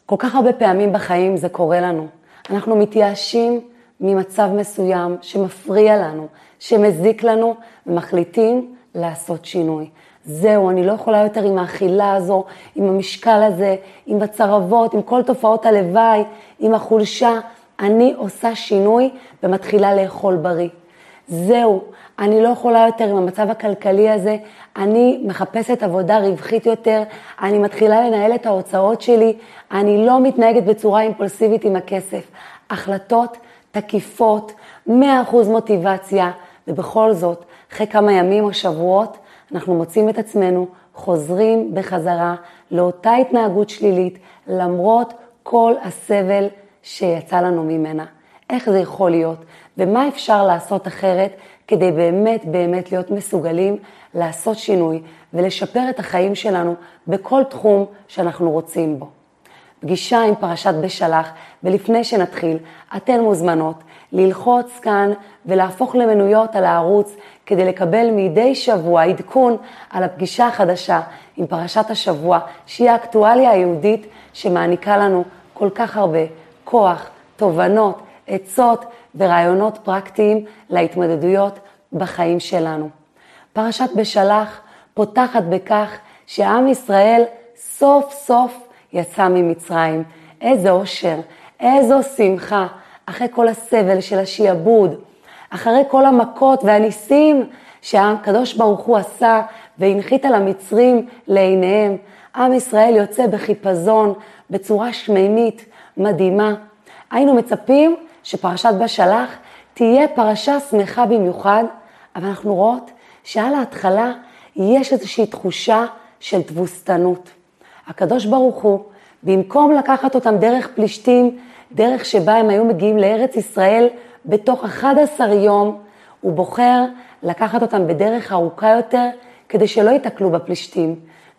כל כך הרבה פעמים בחיים זה קורה לנו. אנחנו מתייאשים ממצב מסוים שמפריע לנו, שמזיק לנו, ומחליטים לעשות שינוי. זהו, אני לא יכולה יותר עם האכילה הזו, עם המשקל הזה, עם הצרבות, עם כל תופעות הלוואי, עם החולשה. אני עושה שינוי ומתחילה לאכול בריא. זהו, אני לא יכולה יותר עם המצב הכלכלי הזה, אני מחפשת עבודה רווחית יותר, אני מתחילה לנהל את ההוצאות שלי, אני לא מתנהגת בצורה אימפולסיבית עם הכסף. החלטות תקיפות, 100% מוטיבציה, ובכל זאת, אחרי כמה ימים או שבועות, אנחנו מוצאים את עצמנו, חוזרים בחזרה לאותה התנהגות שלילית, למרות כל הסבל שיצא לנו ממנה. איך זה יכול להיות? ומה אפשר לעשות אחרת כדי באמת להיות מסוגלים לעשות שינוי ולשפר את החיים שלנו בכל תחום שאנחנו רוצים בו. פגישה עם פרשת בשלח, ולפני שנתחיל, אתן מוזמנות ללחוץ כאן ולהפוך למנויות על הערוץ כדי לקבל מדי שבוע עדכון על הפגישה החדשה עם פרשת השבוע, שהיא האקטואליה היהודית שמעניקה לנו כל כך הרבה כוח, תובנות, עצות ורעיונות פרקטיים להתמודדויות בחיים שלנו. פרשת בשלח פותחת בכך שעם ישראל סוף סוף יצא ממצרים. איזה אושר, איזו שמחה, אחרי כל הסבל של השיעבוד, אחרי כל המכות והניסים שהקדוש ברוך הוא עשה והנחית על המצרים לעיניהם. עם ישראל יוצא בחיפזון, בצורה שמימית, מדהימה. היינו מצפים שפרשת בשלח תהיה פרשה שמחה במיוחד, אבל אנחנו רואות שעל ההתחלה יש איזושהי תחושה של תבוסתנות. הקדוש ברוך הוא, במקום לקחת אותם דרך פלישתים, דרך שבה הם היו מגיעים לארץ ישראל בתוך 11 יום, הוא בוחר לקחת אותם בדרך ארוכה יותר, כדי שלא יתקלו בפלישתים.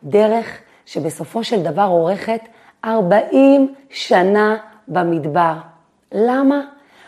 דרך שבסופו של דבר אורכת 40 שנה במדבר. למה?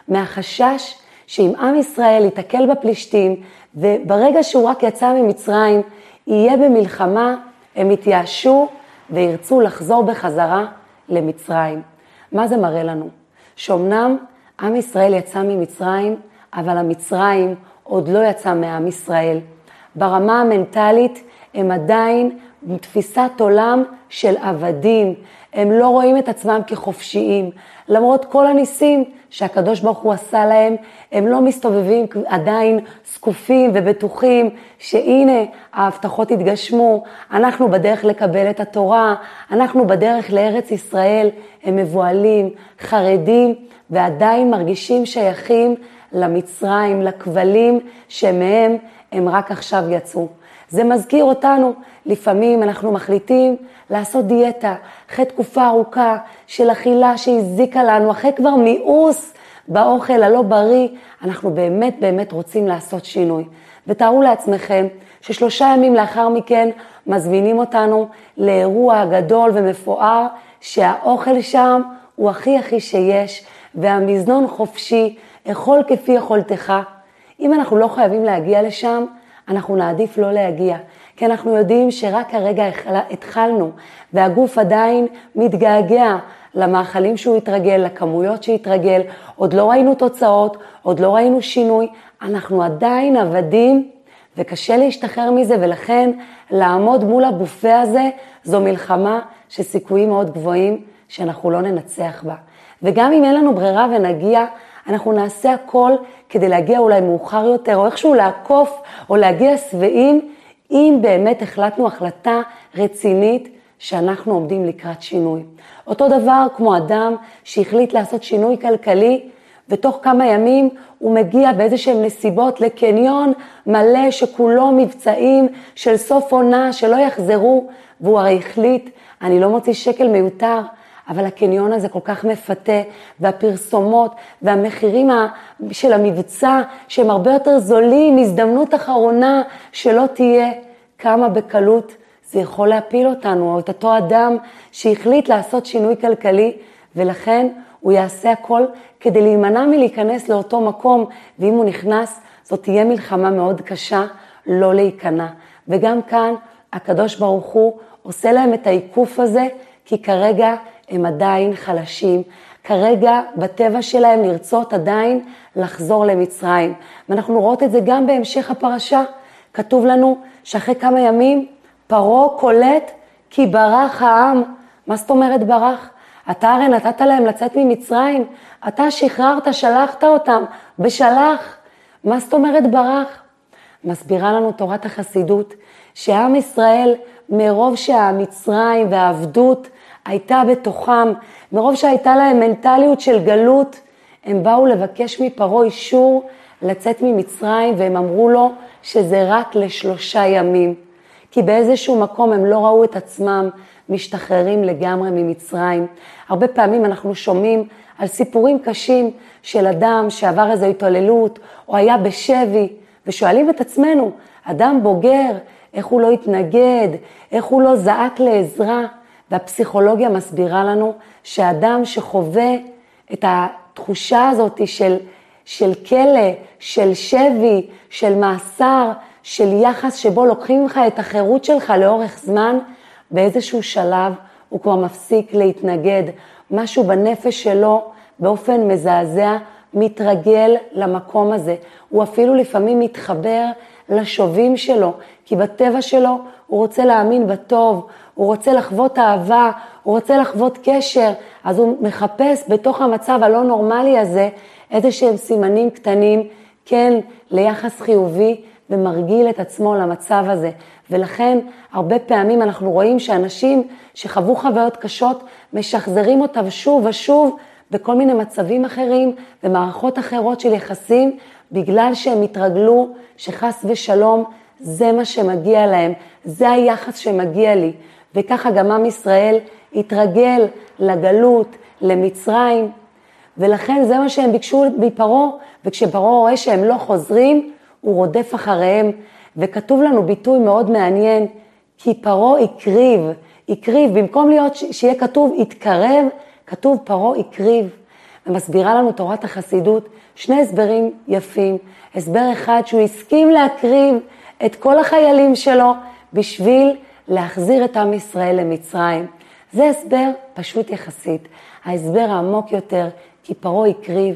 מהחשש שאם עם ישראל יתקל בפלישתים, וברגע שהוא רק יצא ממצרים, יהיה במלחמה, הם יתייאשו וירצו לחזור בחזרה למצרים. מה זה מראה לנו? שאומנם עם ישראל יצא ממצרים, אבל המצרים עוד לא יצא מעם ישראל. ברמה המנטלית הם עדיין מתפיסת עולם של עבדים. הם לא רואים את עצמם כחופשיים. למרות כל הניסים שהקדוש ברוך הוא עשה להם, הם לא מסתובבים עדיין סקופים ובטוחים שהנה ההבטחות התגשמו, אנחנו בדרך לקבל את התורה, אנחנו בדרך לארץ ישראל. הם מבועלים, חרדים ועדיין מרגישים שייכים למצרים, לכבלים שמהם הם רק עכשיו יצאו. זה מזכיר אותנו, לפעמים אנחנו מחליטים לעשות דיאטה, אחרי תקופה ארוכה של אכילה שהזיקה לנו, אחרי כבר מיאוס באוכל הלא בריא, אנחנו באמת רוצים לעשות שינוי. ותארו לעצמכם ש3 ימים לאחר מכן מזמינים אותנו לאירוע גדול ומפואר, שהאוכל שם הוא הכי שיש, והמזנון חופשי, אכול כפי יכולתך. אם אנחנו לא חייבים להגיע לשם, אנחנו נעדיף לא להגיע, כי אנחנו יודעים שרק הרגע התחלנו, והגוף עדיין מתגעגע למאכלים שהוא התרגל, לכמויות שהתרגל, עוד לא ראינו תוצאות, עוד לא ראינו שינוי, אנחנו עדיין עבדים, וקשה להשתחרר מזה, ולכן לעמוד מול הבופה הזה, זו מלחמה שסיכויים מאוד גבוהים שאנחנו לא ננצח בה. וגם אם אין לנו ברירה ונגיע, אנחנו נעשה הכל כדי להגיע אולי מאוחר יותר, או איכשהו לעקוף, או להגיע שבעים, אם באמת החלטנו החלטה רצינית שאנחנו עומדים לקראת שינוי. אותו דבר כמו אדם שהחליט לעשות שינוי כלכלי, ותוך כמה ימים הוא מגיע באיזשהם נסיבות לקניון מלא שכולו מבצעים של סוף עונה שלא יחזרו, והוא הרי החליט, אני לא מוציא שקל מיותר, אבל הקניון הזה כל כך מפתה, והפרסומות והמחירים של המבצע שהם הרבה יותר זולים, הזדמנות אחרונה שלא תהיה, כמה בקלות זה יכול להפיל אותנו, או את אותו אדם שהחליט לעשות שינוי כלכלי, ולכן הוא יעשה הכל כדי להימנע מלהיכנס לאותו מקום, ואם הוא נכנס, זאת תהיה מלחמה מאוד קשה לא להיכנע. וגם כאן הקדוש ברוך הוא עושה להם את העיקוף הזה, כי כרגע הם עדיין חלשים. כרגע בטבע שלהם לרצות עדיין לחזור למצרים. ואנחנו רואות את זה גם בהמשך הפרשה. כתוב לנו שאחרי כמה ימים פרעה קולט כי ברח העם. מה זאת אומרת ברח? אתה הרי נתת להם לצאת ממצרים, אתה שחררת, שלחת אותם בשלח. מה זאת אומרת ברח? מסבירה לנו תורת החסידות שעם ישראל מרוב שהמצרים והעבדות הייתה בתוכם, מרוב שהייתה להם מנטליות של גלות, הם באו לבקש מפרעה אישור לצאת ממצרים, והם אמרו לו שזה רק ל3 ימים. כי באיזשהו מקום הם לא ראו את עצמם משתחררים לגמרי ממצרים. הרבה פעמים אנחנו שומעים על סיפורים קשים של אדם שעבר איזו התעללות או היה בשבי, ושואלים את עצמנו, אדם בוגר, איך הוא לא התנגד, איך הוא לא זעק לעזרה. והפסיכולוגיה מסבירה לנו שאדם שחווה את התחושה הזאת של כלא, של שבי, של מאסר, של יחס שבו לוקחים לך את החירות שלך לאורך זמן, באיזשהו שלב הוא כבר מפסיק להתנגד. משהו בנפש שלו באופן מזעזע מתרגל למקום הזה. הוא אפילו לפעמים מתחבר לשובים שלו, כי בטבע שלו הוא רוצה להאמין בטוב, הוא רוצה לחוות אהבה, הוא רוצה לחוות קשר, אז הוא מחפש בתוך המצב הלא נורמלי הזה איזה שהם סימנים קטנים, כן, ליחס חיובי, ומרגיל את עצמו למצב הזה. ולכן הרבה פעמים אנחנו רואים שאנשים שחוו חוויות קשות משחזרים אותה שוב ושוב בכל מיני מצבים אחרים ומערכות אחרות של יחסים, בגלל שהם התרגלו שחס ושלום זה מה שמגיע להם, זה היחס שמגיע לי. וככה גם עם ישראל התרגל לגלות, למצרים, ולכן זה מה שהם ביקשו מפרעה, וכשפרעה רואה שהם לא חוזרים, הוא רודף אחריהם. וכתוב לנו ביטוי מאוד מעניין, כי פרעה הקריב, במקום להיות שיהיה כתוב התקרב, כתוב פרעה הקריב. ומסבירה לנו תורת החסידות 2 הסברים יפים. הסבר אחד, שהוא הסכים להקריב את כל החיילים שלו בשביל להחזיר את עם ישראל למצרים. זה הסבר פשוט יחסית. ההסבר העמוק יותר, כי פרעה הקריב,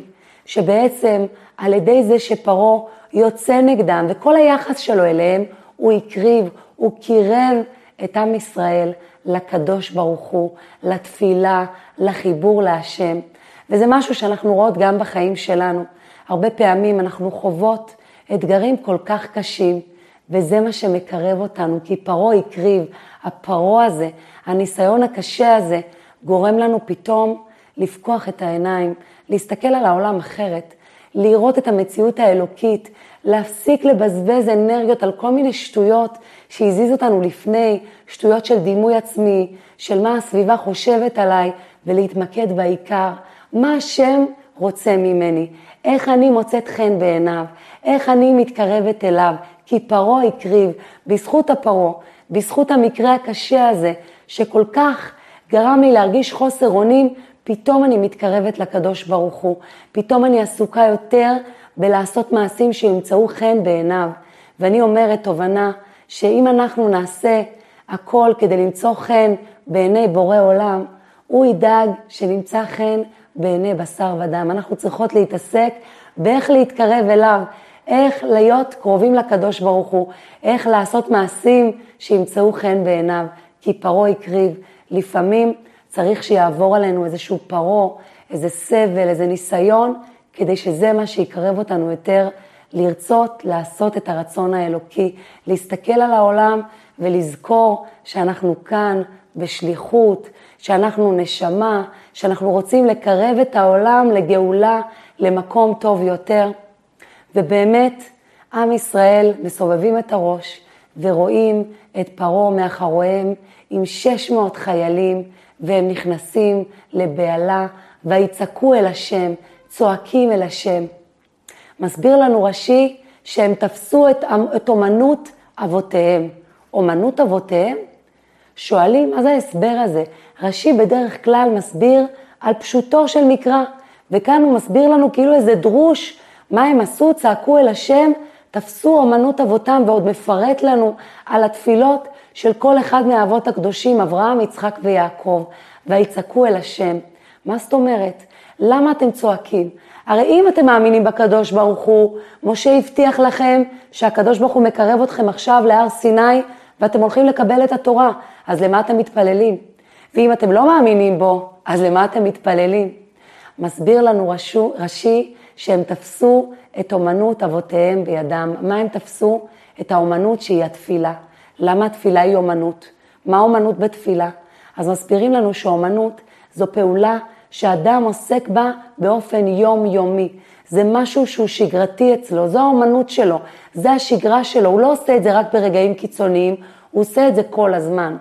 שבעצם על ידי זה שפרעה יוצא נגדם וכל היחס שלו אליהם, הוא הקריב, הוא קירב את עם ישראל לקדוש ברוך הוא, לתפילה, לחיבור להשם. וזה משהו שאנחנו רואות גם בחיים שלנו. הרבה פעמים אנחנו חוות אתגרים כל כך קשים, וזה מה שמקרב אותנו, כי פרעה הקריב. הפרעה הזה, הניסיון הקשה הזה, גורם לנו פתאום לפקוח את העיניים, להסתכל על העולם אחרת, לראות את המציאות האלוקית, להפסיק לבזבז אנרגיות על כל מיני שטויות שהזיז אותנו לפני, שטויות של דימוי עצמי, של מה הסביבה חושבת עליי, ולהתמקד בעיקר. מה השם רוצה ממני? איך אני מוצאת חן בעיניו? איך אני מתקרבת אליו? כי פרעה הקריב, בזכות הפרעה, בזכות המקרה הקשה הזה, שכל כך גרם לי להרגיש חוסר אונים, פתאום אני מתקרבת לקדוש ברוך הוא. פתאום אני עסוקה יותר בלעשות מעשים שימצאו חן בעיניו. ואני אומרת תובנה שאם אנחנו נעשה הכל כדי למצוא חן בעיני בורא עולם, הוא ידאג שנמצא חן בעיני בשר ודם. אנחנו צריכות להתעסק באיך להתקרב אליו, איך להיות קרובים לקדוש ברוך הוא, איך לעשות מעשים שימצאו חן בעיניו, כי פרעה הקריב. לפעמים צריך שיעבור עלינו איזשהו פרעה, איזה סבל, איזה ניסיון, כדי שזה מה שיקרב אותנו יותר, לרצות לעשות את הרצון האלוקי, להסתכל על העולם ולזכור שאנחנו כאן בשליחות, שאנחנו נשמה, שאנחנו רוצים לקרב את העולם לגאולה, למקום טוב יותר. ובאמת, עם ישראל מסובבים את הראש ורואים את פרעה מאחוריהם עם 600 חיילים, והם נכנסים לבעלה ויצעקו אל השם, צועקים אל השם. מסביר לנו רש"י שהם תפסו את אומנות אבותיהם. אומנות אבותיהם? שואלים, מה זה ההסבר הזה? רש"י בדרך כלל מסביר על פשוטו של מקרא, וכאן הוא מסביר לנו כאילו איזה דרוש, מה הם עשו, צעקו אל השם, תפסו אומנות אבותם, ועוד מפרט לנו על התפילות של כל אחד מהאבות הקדושים, אברהם, יצחק ויעקב. ויצעקו אל השם. מה זאת אומרת? למה אתם צועקים? הרי אם אתם מאמינים בקדוש ברוך הוא, משה הבטיח לכם שהקדוש ברוך הוא מקרב אתכם עכשיו להר סיני, ואתם הולכים לקבל את התורה, אז למה אתם מתפללים? ואם אתם לא מאמינים בו, אז למה אתם מתפללים? מסביר לנו רש"י שהם תפסו את אומנות אבותיהם בידם. מה הם תפסו? את האומנות שהיא התפילה. למה התפילה היא אומנות? מה אומנות בתפילה? אז מסבירים לנו שאומנות זו פעולה שאדם עוסק בה באופן יומיומי. זה משהו שהוא שגרתי אצלו, זו האומנות שלו, זה השגרה שלו. הוא לא עושה את זה רק ברגעים קיצוניים, הוא עושה את זה כל הזמן.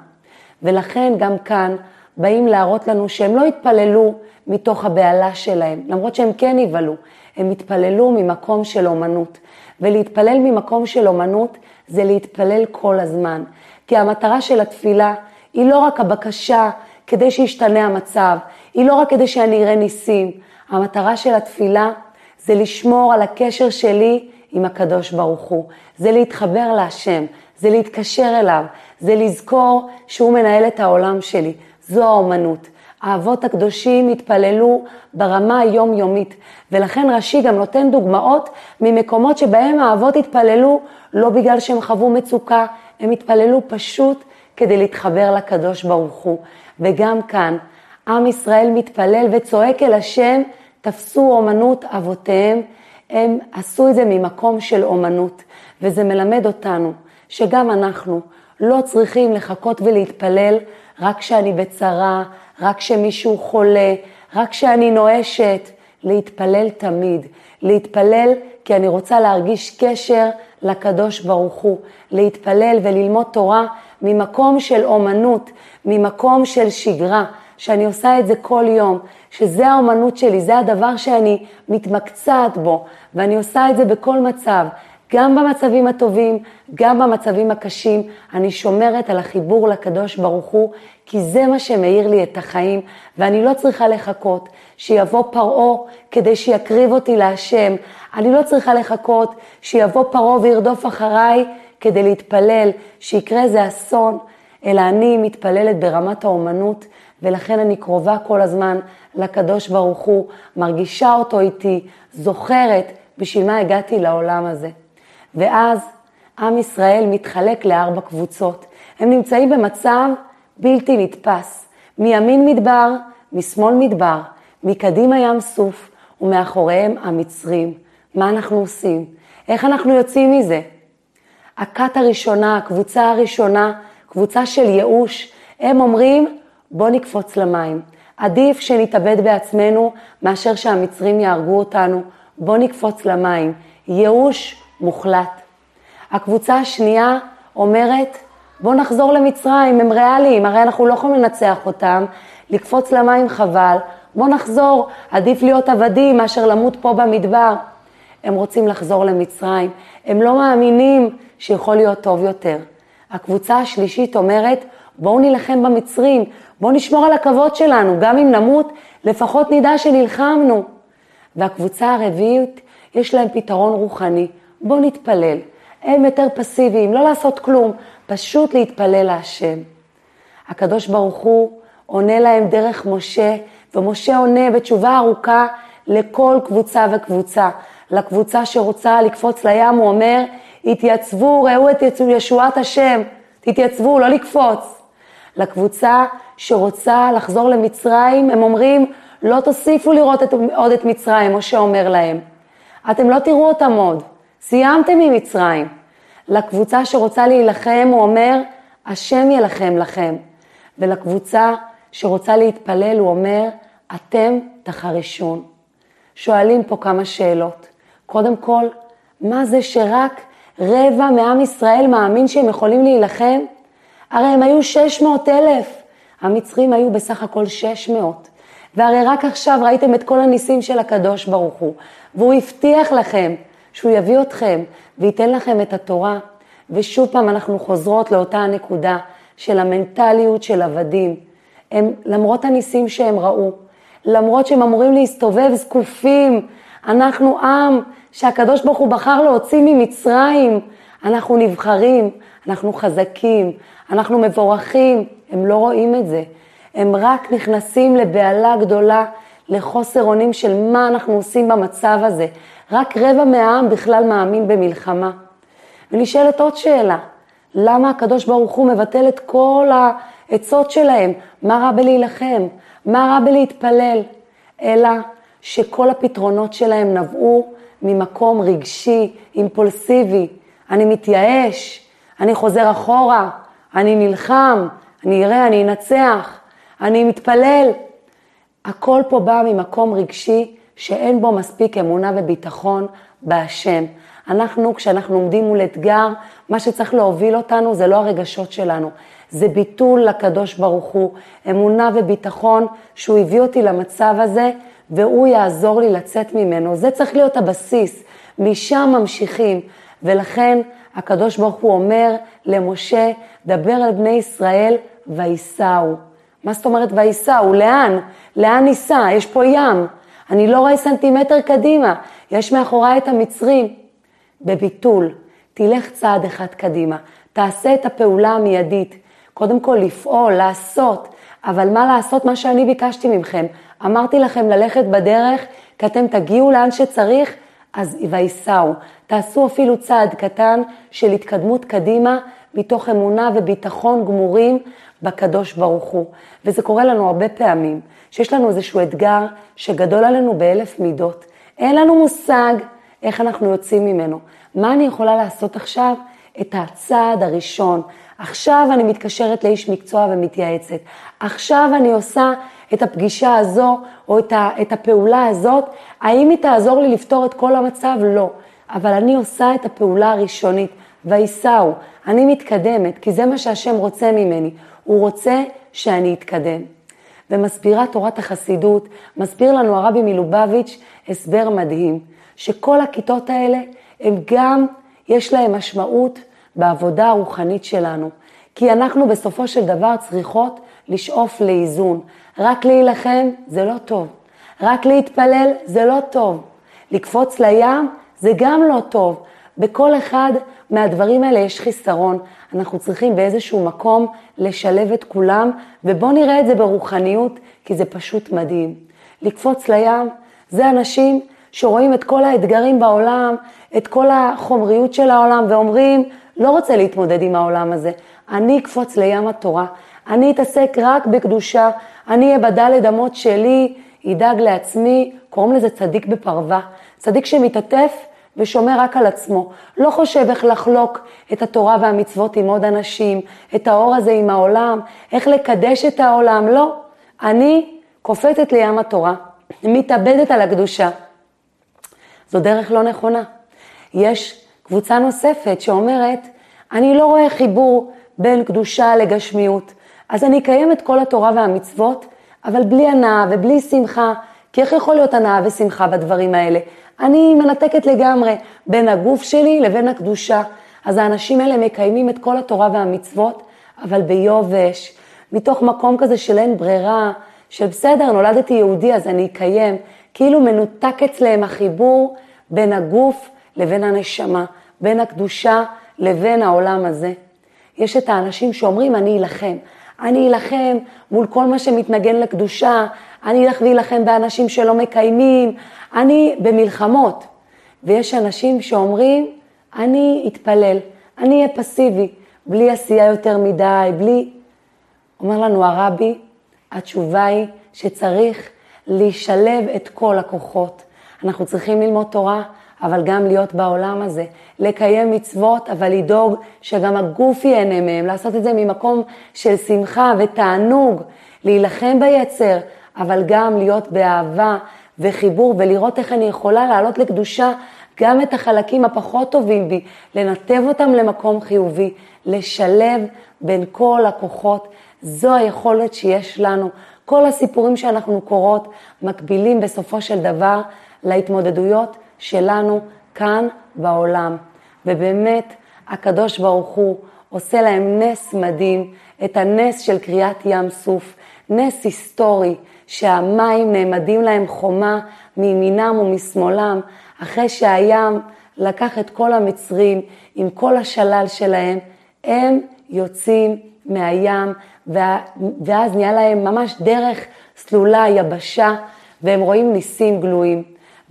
ולכן גם כאן באים להראות לנו שהם לא התפללו מתוך הבעלה שלהם, למרות שהם כן יבלו, הם התפללו ממקום של אומנות. ולהתפלל ממקום של אומנות זה להתפלל כל הזמן. כי המטרה של התפילה היא לא רק הבקשה כדי שישתנה המצב, היא לא רק כדי שאני אראה ניסים. המטרה של התפילה זה לשמור על הקשר שלי עם הקדוש ברוך הוא. זה להתחבר להשם, זה להתקשר אליו, זה לזכור שהוא מנהל את העולם שלי. זו האומנות. האבות הקדושים התפללו ברמה היומיומית, ולכן רש"י גם נותן דוגמאות ממקומות שבהם האבות התפללו לא בגלל שהם חוו מצוקה, הם התפללו פשוט כדי להתחבר לקדוש ברוך הוא. וגם כאן עם ישראל מתפלל וצועק אל השם, תפסו אומנות אבותיהם, הם עשו את זה ממקום של אומנות, וזה מלמד אותנו שגם אנחנו לא צריכים לחכות ולהתפלל רק כשאני בצרה, רק כשמישהו חולה, רק כשאני נואשת, להתפלל תמיד, להתפלל כי אני רוצה להרגיש קשר לקדוש ברוך הוא, להתפלל וללמוד תורה ממקום של אומנות, ממקום של שגרה, שאני עושה את זה כל יום, שזה האומנות שלי, זה הדבר שאני מתמקצעת בו, ואני עושה את זה בכל מצב, גם במצבים הטובים, גם במצבים הקשים, אני שומרת על החיבור לקדוש ברוך הוא, כי זה מה שמאיר לי את החיים, ואני לא צריכה לחכות שיבוא פרעה כדי שיקריב אותי להשם, אני לא צריכה לחכות שיבוא פרעה וירדוף אחריי כדי להתפלל, שיקרה זה אסון, אלא אני מתפללת ברמת האומנות, ולכן אני קרובה כל הזמן לקדוש ברוך הוא, מרגישה אותו איתי, זוכרת בשביל מה הגעתי לעולם הזה. ואז עם ישראל מתחלק ל4 קבוצות. הם נמצאים במצב בלתי נתפס. מימין מדבר, משמאל מדבר, מקדימה ים סוף, ומאחוריהם המצרים. מה אנחנו עושים? איך אנחנו יוצאים מזה? הכת הראשונה, הקבוצה הראשונה, קבוצה של ייאוש, הם אומרים, בוא נקפוץ למים. עדיף שנתאבד בעצמנו מאשר שהמצרים יהרגו אותנו. בוא נקפוץ למים. ייאוש מוחלט. הקבוצה השנייה אומרת, בוא נחזור למצרים, הם ריאליים, הרי אנחנו לא יכולים לנצח אותם, לקפוץ למים חבל, בוא נחזור, עדיף להיות עבדים מאשר למות פה במדבר. הם רוצים לחזור למצרים, הם לא מאמינים שיכול להיות טוב יותר. הקבוצה השלישית אומרת, בואו נלחם במצרים, בואו נשמור על הכבוד שלנו, גם אם נמות, לפחות נדע שנלחמנו. והקבוצה הרביעית, יש להם פתרון רוחני, בואו נתפלל. הם יותר פסיביים, לא לעשות כלום, פשוט להתפלל להשם. הקדוש ברוך הוא עונה להם דרך משה, ומשה עונה בתשובה ארוכה לכל קבוצה וקבוצה. לקבוצה שרוצה לקפוץ לים הוא אומר, התייצבו, ראו את ישועת השם, תתייצבו, לא לקפוץ. לקבוצה שרוצה לחזור למצרים, הם אומרים, לא תוסיפו לראות עוד את מצרים, משה אומר להם. אתם לא תראו אותם עוד, סיימתם ממצרים. לקבוצה שרוצה להילחם הוא אומר, השם ילחם לכם. ולקבוצה שרוצה להתפלל הוא אומר, אתם תחרישון. שואלים פה כמה שאלות. קודם כל, מה זה שרק רבע מעם ישראל מאמין שהם יכולים להילחם? הרי הם היו 600,000, המצרים היו בסך הכל 600. והרי רק עכשיו ראיתם את כל הניסים של הקדוש ברוך הוא, והוא הבטיח לכם שהוא יביא אתכם וייתן לכם את התורה. ושוב פעם אנחנו חוזרות לאותה הנקודה של המנטליות של עבדים. הם, למרות הניסים שהם ראו, למרות שהם אמורים להסתובב זקופים, אנחנו עם שהקדוש ברוך הוא בחר להוציא ממצרים, אנחנו נבחרים, אנחנו חזקים, אנחנו מבורכים, הם לא רואים את זה. הם רק נכנסים לבעלה גדולה, לחוסר אונים של מה אנחנו עושים במצב הזה. רק רבע מהעם בכלל מאמין במלחמה. ונשאלת עוד שאלה, למה הקדוש ברוך הוא מבטל את כל העצות שלהם? מה רע בלהילחם? מה רע בלהתפלל? אלא שכל הפתרונות שלהם נבעו ממקום רגשי, אימפולסיבי. אני מתייאש, אני חוזר אחורה, אני נלחם, אני אראה, אני אנצח, אני מתפלל. הכל פה בא ממקום רגשי שאין בו מספיק אמונה וביטחון בהשם. כשאנחנו עומדים מול אתגר, מה שצריך להוביל אותנו זה לא הרגשות שלנו, זה ביטול לקדוש ברוך הוא, אמונה וביטחון שהוא הביא אותי למצב הזה, והוא יעזור לי לצאת ממנו. זה צריך להיות הבסיס, משם ממשיכים. ולכן הקדוש ברוך הוא אומר למשה, דבר על בני ישראל ויסעו. מה זאת אומרת ויסעו? לאן? לאן ניסע? יש פה ים. אני לא רואה סנטימטר קדימה. יש מאחורי את המצרים. בביטול, תלך צעד אחד קדימה. תעשה את הפעולה המיידית. קודם כל לפעול, לעשות. אבל מה לעשות? מה שאני ביקשתי ממכם. אמרתי לכם ללכת בדרך, כי אתם תגיעו לאן שצריך, אז ויסעו. תעשו אפילו צעד קטן של התקדמות קדימה, מתוך אמונה וביטחון גמורים בקדוש ברוך הוא. וזה קורה לנו הרבה פעמים, שיש לנו איזשהו אתגר שגדול עלינו באלף מידות. אין לנו מושג איך אנחנו יוצאים ממנו. מה אני יכולה לעשות עכשיו? את הצעד הראשון. עכשיו אני מתקשרת לאיש מקצוע ומתייעצת. עכשיו אני עושה את הפגישה הזו או את הפעולה הזאת. האם היא תעזור לי לפתור את כל המצב? לא. אבל אני עושה את הפעולה הראשונית. ויסעו, אני מתקדמת, כי זה מה שהשם רוצה ממני. הוא רוצה שאני אתקדם. ומסבירה תורת החסידות, מסביר לנו הרבי מלובביץ' הסבר מדהים, שכל הכיתות האלה הם גם, יש להם משמעות בעבודה הרוחנית שלנו. כי אנחנו בסופו של דבר צריכות לשאוף לאיזון. רק להילחם זה לא טוב. רק להתפלל זה לא טוב. לקפוץ לים זה גם לא טוב. בכל אחד מהדברים האלה יש חיסרון. אנחנו צריכים באיזשהו מקום לשלב את כולם, ובוא נראה את זה ברוחניות, כי זה פשוט מדהים. לקפוץ לים זה אנשים שרואים את כל האתגרים בעולם, את כל החומריות של העולם, ואומרים, לא רוצה להתמודד עם העולם הזה. אני אקפוץ לים התורה, אני אתעסק רק בקדושה, אני אהיה בדלת אמות שלי, ידאג לעצמי, קוראים לזה צדיק בפרווה. צדיק שמתעטף ושומר רק על עצמו. לא חושב איך לחלוק את התורה והמצוות עם עוד אנשים, את האור הזה עם העולם, איך לקדש את העולם. לא, אני קופצת לים התורה, מתאבדת על הקדושה. זו דרך לא נכונה. יש קבוצה נוספת שאומרת, אני לא רואה חיבור בין קדושה לגשמיות, אז אני אקיים את כל התורה והמצוות, אבל בלי הנאה ובלי שמחה, כי איך יכול להיות הנאה ושמחה בדברים האלה? אני מנתקת לגמרי בין הגוף שלי לבין הקדושה. אז האנשים האלה מקיימים את כל התורה והמצוות, אבל ביובש, מתוך מקום כזה של אין ברירה, של בסדר, נולדתי יהודי אז אני אקיים, כאילו מנותק אצלהם החיבור בין הגוף לבין הנשמה, בין הקדושה לבין העולם הזה. יש את האנשים שאומרים אני אלחם מול כל מה שמתנגן לקדושה, אני אלך וילחם באנשים שלא מקיימים, אני במלחמות. ויש אנשים שאומרים, אני אתפלל, אני אהיה פסיבי, בלי עשייה יותר מדי, אומר לנו הרבי, התשובה היא שצריך לשלב את כל הכוחות. אנחנו צריכים ללמוד תורה, אבל גם להיות בעולם הזה, לקיים מצוות, אבל לדאוג שגם הגוף ייהנה מהם, לעשות את זה ממקום של שמחה ותענוג, להילחם ביצר, אבל גם להיות באהבה וחיבור, ולראות איך אני יכולה לעלות לקדושה גם את החלקים הפחות טובים בי, לנתב אותם למקום חיובי, לשלב בין כל הכוחות. זו היכולת שיש לנו. כל הסיפורים שאנחנו קוראות מקבילים בסופו של דבר להתמודדויות שלנו כאן בעולם. ובאמת הקדוש ברוך הוא עושה להם נס מדהים, את הנס של קריאת ים סוף, נס היסטורי שהמים נעמדים להם חומה מימינם ומשמאלם, אחרי שהים לקח את כל המצרים עם כל השלל שלהם, הם יוצאים מהים, ואז נהיה להם ממש דרך סלולה, יבשה, והם רואים ניסים גלויים.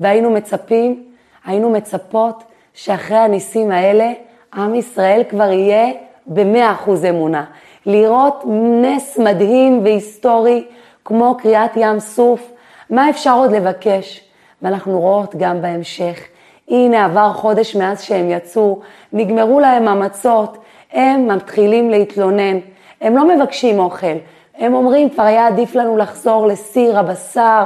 היינו מצפות שאחרי הניסים האלה, עם ישראל כבר יהיה ב100% אמונה. לראות נס מדהים והיסטורי, כמו קריאת ים סוף, מה אפשר עוד לבקש? ואנחנו רואות גם בהמשך, הנה עבר חודש מאז שהם יצאו, נגמרו להם המצות, הם מתחילים להתלונן, הם לא מבקשים אוכל, הם אומרים כבר היה עדיף לנו לחזור לסיר הבשר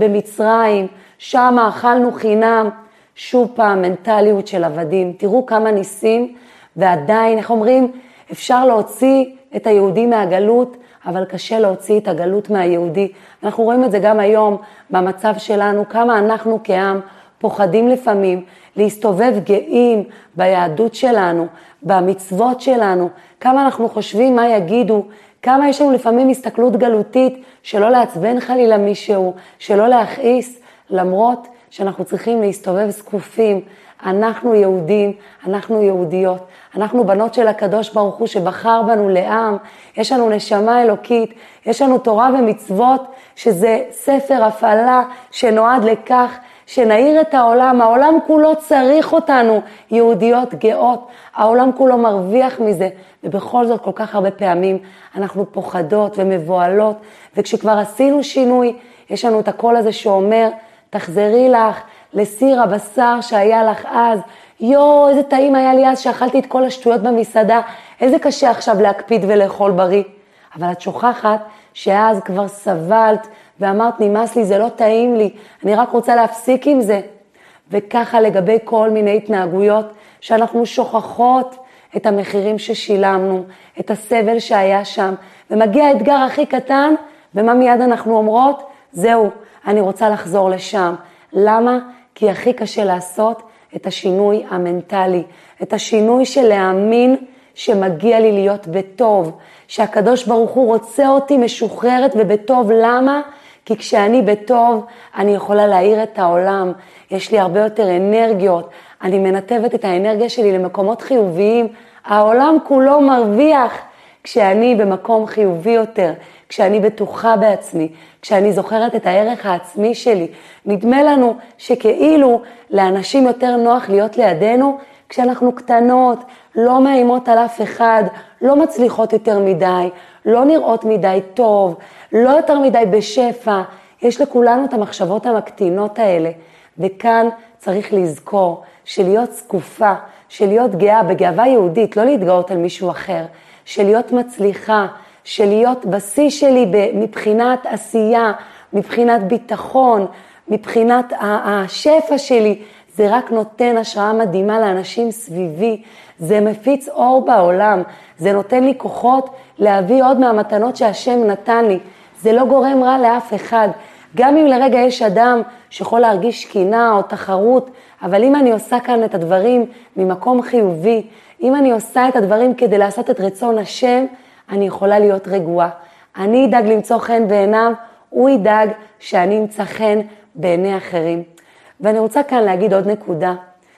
במצרים, שם אכלנו חינם, שוב פעם מנטליות של עבדים, תראו כמה ניסים ועדיין, איך אומרים, אפשר להוציא את היהודי מהגלות, אבל קשה להוציא את הגלות מהיהודי. אנחנו רואים את זה גם היום במצב שלנו, כמה אנחנו כעם פוחדים לפעמים להסתובב גאים ביהדות שלנו, במצוות שלנו, כמה אנחנו חושבים מה יגידו, כמה יש לנו לפעמים הסתכלות גלותית, שלא לעצבן חלילה מישהו, שלא להכעיס, למרות שאנחנו צריכים להסתובב זקופים. אנחנו יהודים, אנחנו יהודיות, אנחנו בנות של הקדוש ברוך הוא שבחר בנו לעם, יש לנו נשמה אלוקית, יש לנו תורה ומצוות, שזה ספר הפעלה שנועד לכך שנעיר את העולם, העולם כולו צריך אותנו, יהודיות גאות, העולם כולו מרוויח מזה, ובכל זאת כל כך הרבה פעמים אנחנו פוחדות ומבועלות, וכשכבר עשינו שינוי, יש לנו את הקול הזה שאומר, תחזרי לך לסיר הבשר שהיה לך אז, איזה טעים היה לי אז שאכלתי את כל השטויות במסעדה, איזה קשה עכשיו להקפיד ולאכול בריא. אבל את שוכחת שאז כבר סבלת ואמרת נמאס לי, זה לא טעים לי, אני רק רוצה להפסיק עם זה. וככה לגבי כל מיני התנהגויות שאנחנו שוכחות את המחירים ששילמנו, את הסבל שהיה שם, ומגיע האתגר הכי קטן, ומה מיד אנחנו אומרות? זהו, אני רוצה לחזור לשם. למה? כי הכי קשה לעשות את השינוי המנטלי, את השינוי של להאמין שמגיע לי להיות בטוב, שהקדוש ברוך הוא רוצה אותי משוחררת ובטוב. למה? כי כשאני בטוב, אני יכולה להאיר את העולם, יש לי הרבה יותר אנרגיות, אני מנתבת את האנרגיה שלי למקומות חיוביים, העולם כולו מרוויח כשאני במקום חיובי יותר, כשאני בטוחה בעצמי, כשאני זוכרת את הערך העצמי שלי. נדמה לנו שכאילו לאנשים יותר נוח להיות לידינו, כשאנחנו קטנות, לא מאיימות על אף אחד, לא מצליחות יותר מדי, לא נראות מדי טוב, לא יותר מדי בשפע. יש לכולנו את המחשבות המקטינות האלה, וכאן צריך לזכור שלהיות זקופה, שלהיות גאה בגאווה יהודית, לא להתגאות על מישהו אחר, שלהיות מצליחה, שלהיות בשיא שלי מבחינת עשייה, מבחינת ביטחון, מבחינת השפע שלי, זה רק נותן השראה מדהימה לאנשים סביבי, זה מפיץ אור בעולם, זה נותן לי כוחות להביא עוד מהמתנות שהשם נתן לי, זה לא גורם רע לאף אחד, גם אם לרגע יש אדם שיכול להרגיש קינה או תחרות, אבל אם אני עושה כאן את הדברים ממקום חיובי, אם אני עושה את הדברים כדי לעשות את רצון השם, אני יכולה להיות רגועה. אני אדאג למצוא חן בעיניו, הוא ידאג שאני אמצא חן בעיני אחרים. ואני רוצה כאן להגיד עוד נקודה.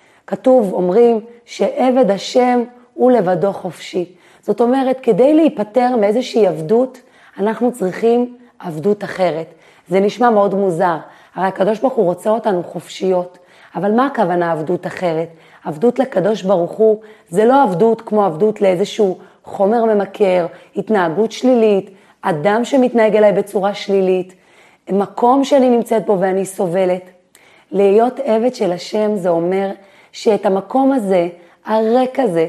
כתוב, אומרים, שעבד השם הוא לבדו חופשי. זאת אומרת, כדי להיפטר מאיזושהי עבדות, אנחנו צריכים עבדות אחרת. זה נשמע מאוד מוזר. הרי הקדוש ברוך הוא רוצה אותנו חופשיות. אבל מה הכוונה עבדות אחרת? עבדות לקדוש ברוך הוא, זה לא עבדות כמו עבדות לאיזשהו חומר ממכר, התנהגות שלילית, אדם שמתנהג אליי בצורה שלילית, מקום שאני נמצאת בו ואני סובלת. להיות עבד של השם זה אומר שאת המקום הזה, הרק הזה,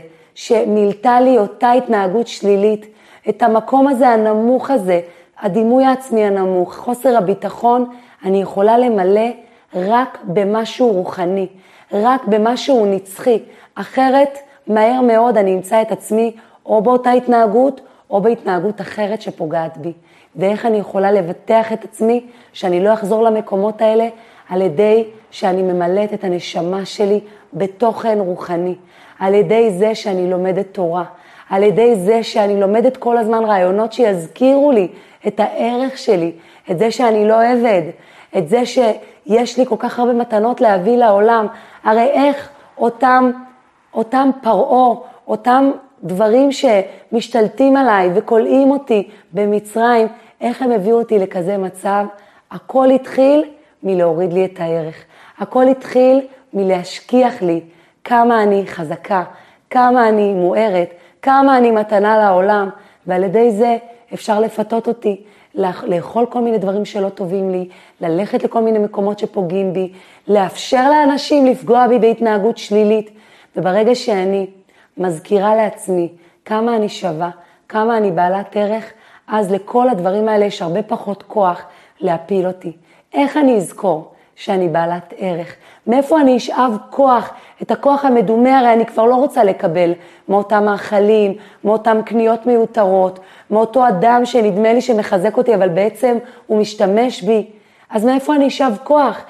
שמילתה לי אותה התנהגות שלילית, את המקום הזה הנמוך הזה, הדימוי העצמי הנמוך, חוסר הביטחון, אני יכולה למלא רק במשהו רוחני, רק במשהו נצחי. אחרת, מהר מאוד אני אמצא את עצמי או באותה התנהגות, או בהתנהגות אחרת שפוגעת בי. ואיך אני יכולה לבטח את עצמי, שאני לא אחזור למקומות האלה, על ידי שאני ממלאת את הנשמה שלי בתוכן רוחני, על ידי זה שאני לומדת תורה, על ידי זה שאני לומדת כל הזמן רעיונות שיזכירו לי את הערך שלי, את זה שאני לא עבד, את זה שיש לי כל כך הרבה מתנות להביא לעולם. הרי איך אותם פרעה, אותם דברים שמשתלטים עליי וקולעים אותי במצרים, איך הם הביאו אותי לכזה מצב? הכל התחיל מלהוריד לי את הערך. הכל התחיל מלהשכיח לי כמה אני חזקה, כמה אני מוארת, כמה אני מתנה לעולם, ועל ידי זה אפשר לפתות אותי, לאכול כל מיני דברים שלא טובים לי, ללכת לכל מיני מקומות שפוגעים בי, לאפשר לאנשים לפגוע בי בהתנהגות שלילית, וברגע שאני מזכירה לעצמי כמה אני שווה, כמה אני בעלת ערך, אז לכל הדברים האלה יש הרבה פחות כוח להפיל אותי. איך אני אזכור שאני בעלת ערך? מאיפה אני אשאב כוח? את הכוח המדומה הרי אני כבר לא רוצה לקבל מאותם מאכלים, מאותם קניות מיותרות, מאותו אדם שנדמה לי שמחזק אותי, אבל בעצם הוא משתמש בי. אז מאיפה אני אשאב כוח?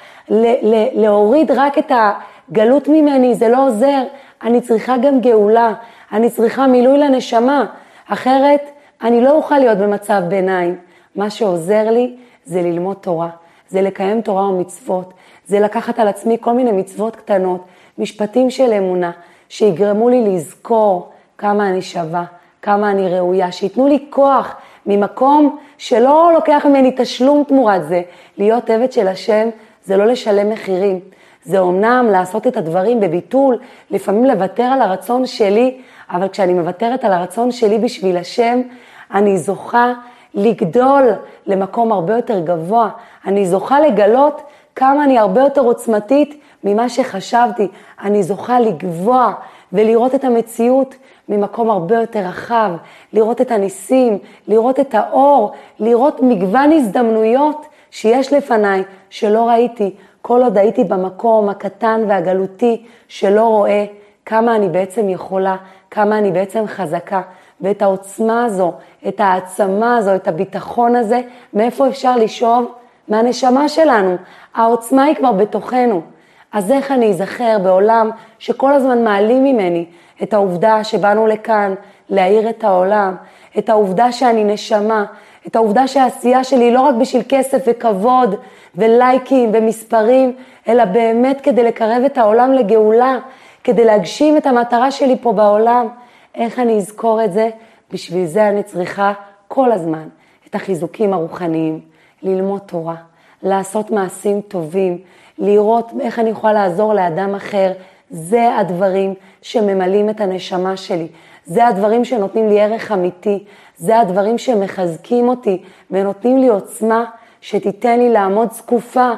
להוריד רק את הגלות ממני, זה לא עוזר. אני צריכה גם גאולה, אני צריכה מילוי לנשמה, אחרת אני לא אוכל להיות במצב ביניים. מה שעוזר לי זה ללמוד תורה, זה לקיים תורה ומצוות, זה לקחת על עצמי כל מיני מצוות קטנות, משפטים של אמונה, שיגרמו לי לזכור כמה אני שווה, כמה אני ראויה, שיתנו לי כוח ממקום שלא לוקח ממני תשלום תמורת זה. להיות עבד של השם זה לא לשלם מחירים, זה אומנם לעשות את הדברים בביטול, לפעמים לוותר על הרצון שלי, אבל כשאני מוותרת על הרצון שלי בשביל השם, אני זוכה לגדול למקום הרבה יותר גבוה, אני זוכה לגלות כמה אני הרבה יותר עוצמתית ממה שחשבתי, אני זוכה לגבוה ולראות את המציאות ממקום הרבה יותר רחב, לראות את הניסים, לראות את האור, לראות מגוון הזדמנויות שיש לפניי שלא ראיתי, כל עוד הייתי במקום הקטן והגלותי שלא רואה כמה אני בעצם יכולה, כמה אני בעצם חזקה, ואת העוצמה הזו, את העצמה הזו, את הביטחון הזה, מאיפה אפשר לשאוב? מהנשמה שלנו. העוצמה היא כבר בתוכנו. אז איך אני אזכר בעולם שכל הזמן מעלים ממני את העובדה שבאנו לכאן להאיר את העולם, את העובדה שאני נשמה, את העובדה שהעשייה שלי היא לא רק בשביל כסף וכבוד ולייקים ומספרים, אלא באמת כדי לקרב את העולם לגאולה, כדי להגשים את המטרה שלי פה בעולם. איך אני אזכור את זה? בשביל זה אני צריכה כל הזמן את החיזוקים הרוחניים, ללמוד תורה, לעשות מעשים טובים, לראות איך אני יכולה לעזור לאדם אחר. זה הדברים שממלאים את הנשמה שלי, זה הדברים שנותנים לי ערך אמיתי, זה הדברים שמחזקים אותי ונותנים לי עוצמה שתיתן לי לעמוד זקופה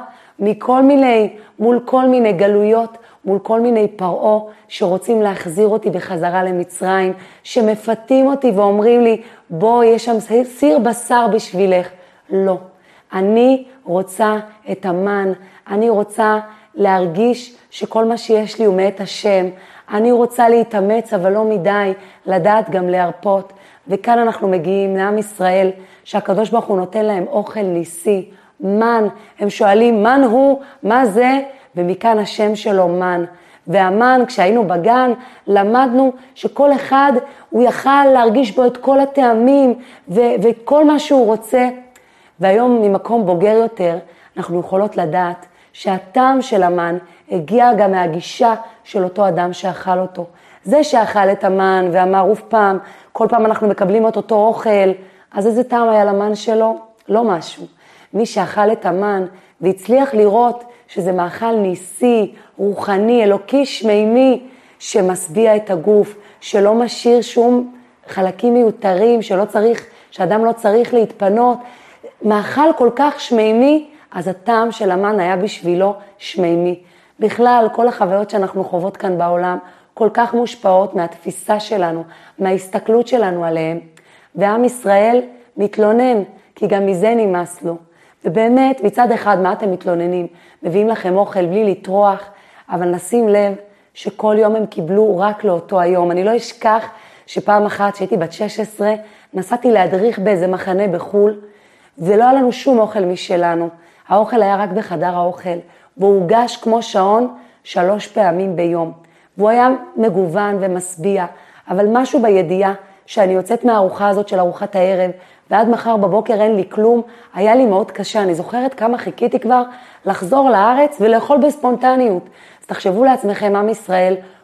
מול כל מיני גלויות, מול כל מיני פרעה שרוצים להחזיר אותי בחזרה למצרים, שמפתים אותי ואומרים לי, בוא, יש שם סיר בשר בשבילך. לא, אני רוצה את המן, אני רוצה להרגיש שכל מה שיש לי הוא מאת השם, אני רוצה להתאמץ אבל לא מדי, לדעת גם להרפות. וכאן אנחנו מגיעים לעם ישראל, שהקדוש ברוך הוא נותן להם אוכל ניסי, מן. הם שואלים, מן הוא? מה זה? ומכאן השם שלו מן. והמן, כשהיינו בגן, למדנו שכל אחד הוא יכל להרגיש בו את כל הטעמים וכל מה שהוא רוצה. והיום ממקום בוגר יותר, אנחנו יכולות לדעת שהטעם של המן הגיע גם מהגישה של אותו אדם שאכל אותו. זה שאכל את המן ואמר אוף פעם, כל פעם אנחנו מקבלים את אותו אוכל, אז איזה טעם היה למן שלו? לא משהו. מי שאכל את המן והצליח לראות שזה מאכל ניסי, רוחני, אלוקי, שמימי, שמשביע את הגוף, שלא משאיר שום חלקים מיותרים, שאדם לא צריך להתפנות, מאכל כל כך שמימי, אז הטעם של המן היה בשבילו שמימי. בכלל, כל החוויות שאנחנו חוות כאן בעולם, כל כך מושפעות מהתפיסה שלנו, מההסתכלות שלנו עליהם. ועם ישראל מתלונן, כי גם מזה נמאס לו. ובאמת, מצד אחד, מה אתם מתלוננים? מביאים לכם אוכל בלי לטרוח, אבל נשים לב שכל יום הם קיבלו רק לאותו היום. אני לא אשכח שפעם אחת, שהייתי בת 16, נסעתי להדריך באיזה מחנה בחול, ולא היה לנו שום אוכל משלנו. האוכל היה רק בחדר האוכל, והוא הוגש כמו שעון 3 פעמים ביום. והוא היה מגוון ומשביע, אבל משהו בידיעה שאני יוצאת מהארוחה הזאת של ארוחת הערב, ועד מחר בבוקר אין לי כלום, היה לי מאוד קשה. אני זוכרת כמה חיכיתי כבר לחזור לארץ ולאכול בספונטניות. אז תחשבו לעצמכם, עם ישראל,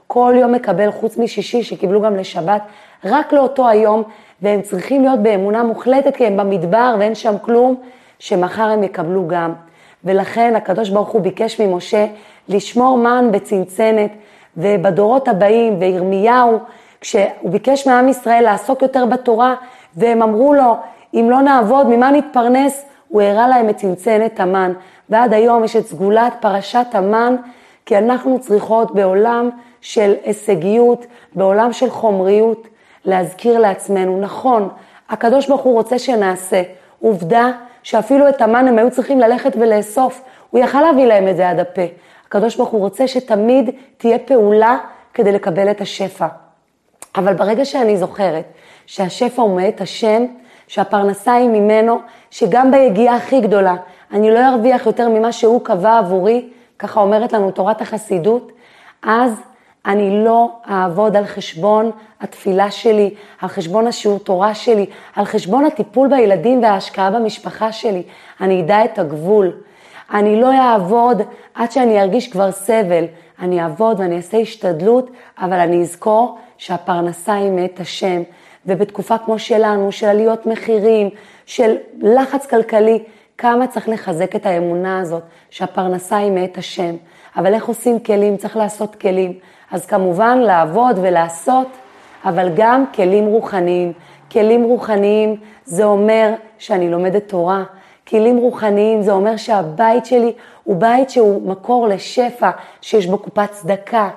כל יום מקבל חוץ משישי שקיבלו גם לשבת, רק לאותו היום, והם צריכים להיות באמונה מוחלטת כי הם במדבר ואין שם כלום, שמחר הם יקבלו גם. ולכן הקדוש ברוך הוא ביקש ממשה לשמור מן בצנצנת, ובדורות הבאים, וירמיהו, כשהוא ביקש מעם ישראל לעסוק יותר בתורה, והם אמרו לו, אם לא נעבוד, ממה נתפרנס? הוא הראה להם את צנצנת המן, ועד היום יש את סגולת פרשת המן, כי אנחנו צריכות בעולם של הישגיות, בעולם של חומריות, להזכיר לעצמנו, נכון, הקדוש ברוך הוא רוצה שנעשה, עובדה שאפילו את המן הם היו צריכים ללכת ולאסוף, הוא יכל להביא להם את זה עד הפה, הקדוש ברוך הוא רוצה שתמיד תהיה פעולה כדי לקבל את השפע, אבל ברגע שאני זוכרת שהשפע הוא מאת השם, שהפרנסה היא ממנו, שגם ביגיעה הכי גדולה, אני לא ארוויח יותר ממה שהוא קבע עבורי, ככה אומרת לנו תורת החסידות, אז אני לא אעבוד על חשבון התפילה שלי, על חשבון השיעור תורה שלי, על חשבון הטיפול בילדים וההשקעה במשפחה שלי. אני אדע את הגבול. אני לא אעבוד עד שאני ארגיש כבר סבל. אני אעבוד ואני אעשה השתדלות, אבל אני אזכור שהפרנסה היא מאת השם. ובתקופה כמו שלנו, של עליות מחירים, של לחץ כלכלי, כמה צריך לחזק את האמונה הזאת, שהפרנסה היא מאת השם. אבל איך עושים כלים? צריך לעשות כלים. אז כמובן לעבוד ולעשות, אבל גם כלים רוחניים. כלים רוחניים זה אומר שאני לומדת תורה. כלים רוחניים זה אומר שהבית שלי הוא בית שהוא מקור לשפע, שיש בו קופת צדקה,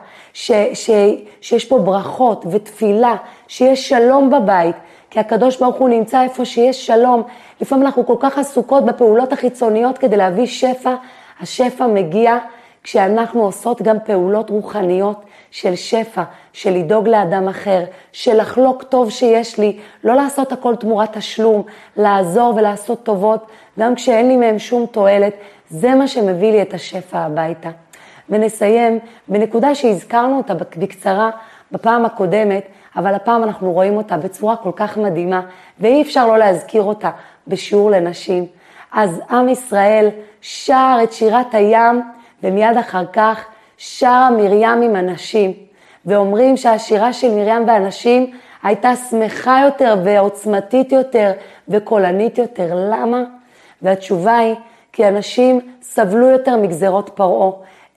שיש פה ברכות ותפילה, שיש שלום בבית. כי הקדוש ברוך הוא נמצא איפה שיש שלום. לפעמים אנחנו כל כך עסוקות בפעולות החיצוניות כדי להביא שפע. השפע מגיע כשאנחנו עושות גם פעולות רוחניות של שפע, של לדאוג לאדם אחר, של לחלוק טוב שיש לי, לא לעשות הכל תמורת תשלום, לעזור ולעשות טובות, גם כשאין לי מהם שום תועלת, זה מה שמביא לי את השפע הביתה. ונסיים בנקודה שהזכרנו אותה בקצרה בפעם הקודמת, אבל הפעם אנחנו רואים אותה בצורה כל כך מדהימה, ואי אפשר לא להזכיר אותה בשיעור לנשים. אז עם ישראל שר את שירת הים, ומיד אחר כך שרה מרים עם הנשים, ואומרים שהשירה של מרים והנשים הייתה שמחה יותר ועוצמתית יותר וקולנית יותר. למה? והתשובה היא כי אנשים סבלו יותר מגזרות פרעה.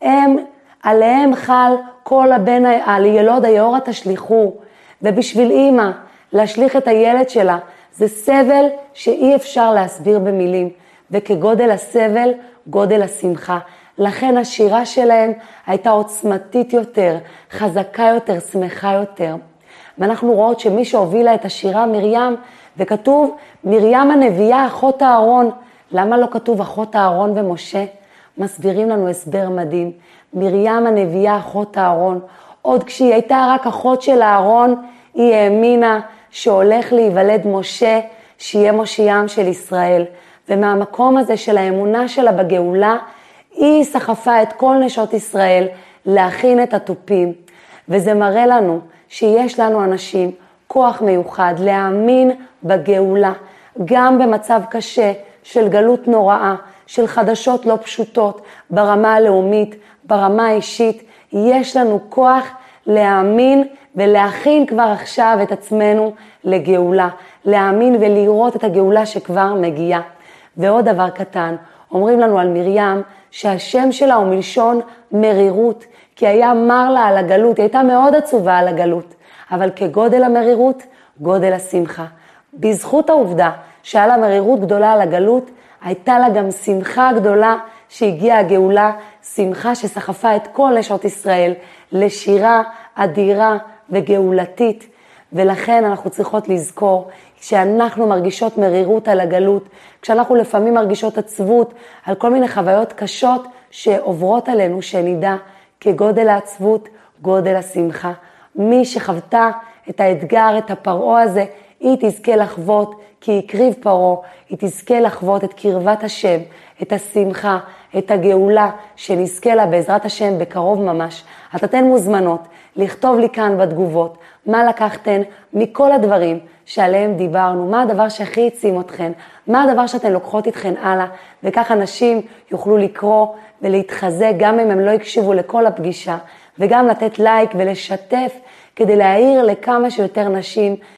עליהם חל כל הבן על ילוד היאורה תשליחו, ובשביל אמא להשליך את הילד שלה זה סבל שאי אפשר להסביר במילים, וכגודל הסבל גודל השמחה. לכן השירה שלהם הייתה עוצמתית יותר, חזקה יותר, שמחה יותר. ואנחנו רואות שמי שהובילה את השירה מרים, וכתוב מרים הנביאה אחות אהרון. למה לא כתוב אחות אהרון ומשה? מסבירים לנו הסבר מדהים. מרים הנביאה אחות אהרון. עוד כשהיא הייתה רק אחות של אהרון, היא האמינה שהולך להיוולד משה, שיהיה מושיעם של ישראל. ומהמקום הזה של האמונה שלה בגאולה, היא סחפה את כל נשות ישראל להכין את הטופים. וזה מראה לנו שיש לנו אנשים כוח מיוחד להאמין בגאולה, גם במצב קשה של גלות נוראה, של חדשות לא פשוטות, ברמה הלאומית, ברמה האישית, יש לנו כוח להאמין ולהכין כבר עכשיו את עצמנו לגאולה, להאמין ולראות את הגאולה שכבר מגיעה. ועוד דבר קטן, אומרים לנו על מרים שהשם שלה הוא מלשון מרירות, כי היה מר לה על הגלות, היא הייתה מאוד עצובה על הגלות, אבל כגודל המרירות, גודל השמחה. בזכות העובדה שהיה לה מרירות גדולה על הגלות, הייתה לה גם שמחה גדולה שהגיעה הגאולה, שמחה שסחפה את כל נשות ישראל לשירה אדירה וגאולתית. ולכן אנחנו צריכות לזכור שאנחנו מרגישות מרירות על הגלות, כשאנחנו לפעמים מרגישות עצבות על כל מיני חוויות קשות שעוברות עלינו, שנדע כגודל העצבות, גודל השמחה. מי שחוותה את האתגר, את הפרעה הזה, היא תזכה לחוות, כי הקריב פרעה, היא תזכה לחוות את קרבת השם, את השמחה, את הגאולה, שנזכה לה בעזרת השם בקרוב ממש. אתן מוזמנות לכתוב לי כאן בתגובות, מה לקחתן מכל הדברים שעליהם דיברנו, מה הדבר שהכי העצים אתכן, מה הדבר שאתן לוקחות איתכן הלאה, וכך אנשים יוכלו לקרוא ולהתחזק, גם אם הם לא יקשיבו לכל הפגישה, וגם לתת לייק ולשתף כדי להעיר לכמה שיותר נשים